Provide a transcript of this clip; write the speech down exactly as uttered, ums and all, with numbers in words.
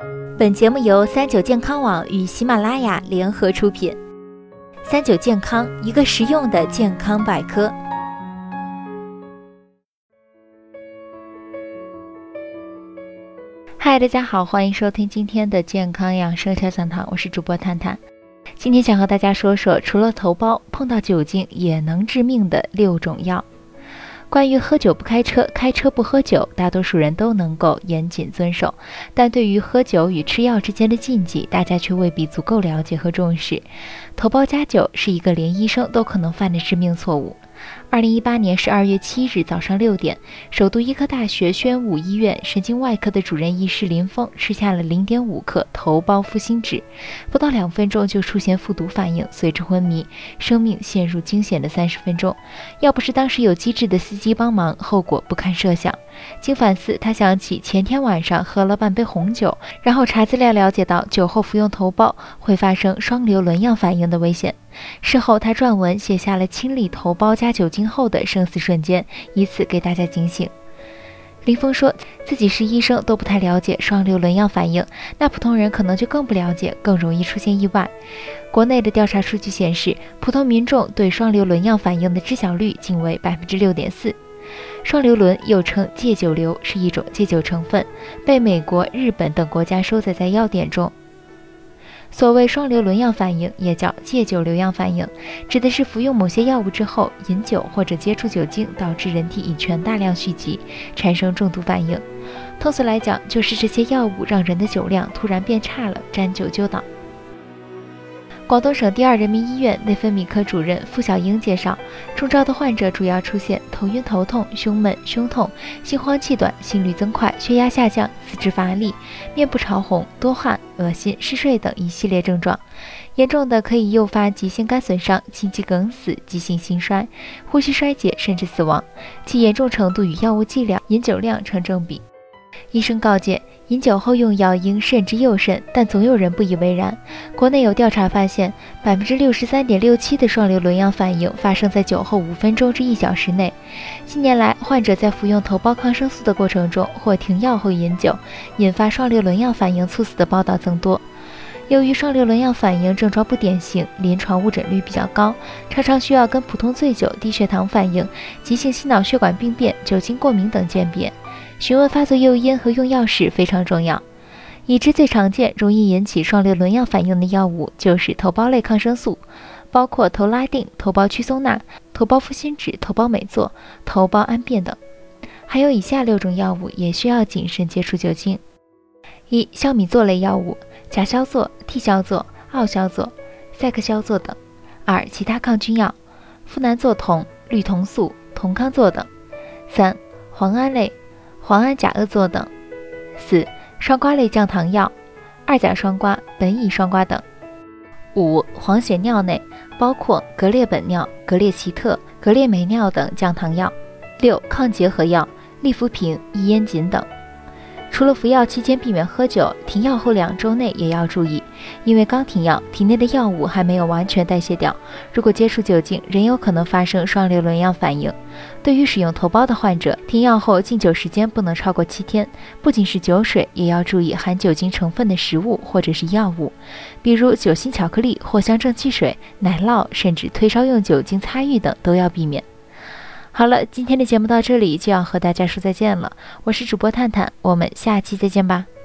本节目由三九健康网与喜马拉雅联合出品。三九健康，一个实用的健康百科。嗨，大家好，欢迎收听今天的健康养生小讲堂，我是主播探探。今天想和大家说说，除了头孢，碰到酒精也能致命的六种药。关于喝酒不开车，开车不喝酒，大多数人都能够严谨遵守，但对于喝酒与吃药之间的禁忌，大家却未必足够了解和重视。头孢加酒是一个连医生都可能犯的致命错误。二零一八年十二月七日早上六点，首都医科大学宣武医院神经外科的主任医师林峰吃下了 零点五克头孢负心酯，不到两分钟就出现腹毒反应，随之昏迷，生命陷入惊险的三十分钟。要不是当时有机智的司机帮忙，后果不堪设想。经反思，他想起前天晚上喝了半杯红酒，然后查资料了解到酒后服用头孢会发生双硫仑样反应的危险。事后他撰文写下了清理头孢加酒精后的生死瞬间，以此给大家警醒。林峰说自己是医生都不太了解双硫仑样反应，那普通人可能就更不了解，更容易出现意外。国内的调查数据显示，普通民众对双硫仑样反应的知晓率仅为 百分之六点四。双硫仑又称戒酒硫，是一种戒酒成分，被美国、日本等国家收载在药典中。所谓双硫仑样反应，也叫戒酒硫样反应，指的是服用某些药物之后，饮酒或者接触酒精，导致人体乙醛大量蓄积，产生中毒反应。通俗来讲，就是这些药物让人的酒量突然变差了，沾酒就倒。广东省第二人民医院内分泌科主任付小英介绍，中招的患者主要出现头晕头痛、胸闷、胸痛、心慌气短、心率增快、血压下降、四肢乏力、面部潮红、多汗、恶心、嗜睡等一系列症状。严重的可以诱发急性肝损伤、心肌梗死、急性心衰、呼吸衰竭甚至死亡，其严重程度与药物剂量、饮酒量成正比。医生告诫，饮酒后用药应慎之又慎，但总有人不以为然。国内有调查发现， 百分之六十三点六七 的双硫仑样反应发生在酒后五分钟至一小时内。近年来，患者在服用头孢抗生素的过程中或停药后饮酒，引发双硫仑样反应猝死的报道增多。由于双硫仑样反应症状不典型，临床误诊率比较高，常常需要跟普通醉酒、低血糖反应、急性心脑血管病变、酒精过敏等鉴别。询问发作诱因和用药史非常重要。已知最常见、容易引起双硫仑样反应的药物就是头孢类抗生素，包括头拉定、头孢曲松钠、头孢负心酯、头孢美唑、头孢氨变等。还有以下六种药物也需要谨慎接触酒精：一、硝米唑类药物，甲硝唑、替硝唑、奥硝唑、赛克硝唑等；二、其他抗菌药，呋喃唑酮、氯酮素、酮康唑等；三、磺胺类，磺胺甲恶唑等；四、双胍类降糖药，二甲双胍、苯乙双胍等；五、黄血尿内，包括格列本脲、格列齐特、格列美脲等降糖药；六、抗结核药，利福平、异烟肼等。除了服药期间避免喝酒，停药后两周内也要注意，因为刚停药，体内的药物还没有完全代谢掉，如果接触酒精，仍有可能发生双硫仑样反应。对于使用头孢的患者，停药后禁酒时间不能超过七天，不仅是酒水，也要注意含酒精成分的食物或者是药物，比如酒心巧克力、藿香正气水、奶酪，甚至退烧用酒精擦浴等都要避免。好了，今天的节目到这里就要和大家说再见了，我是主播探探，我们下期再见吧。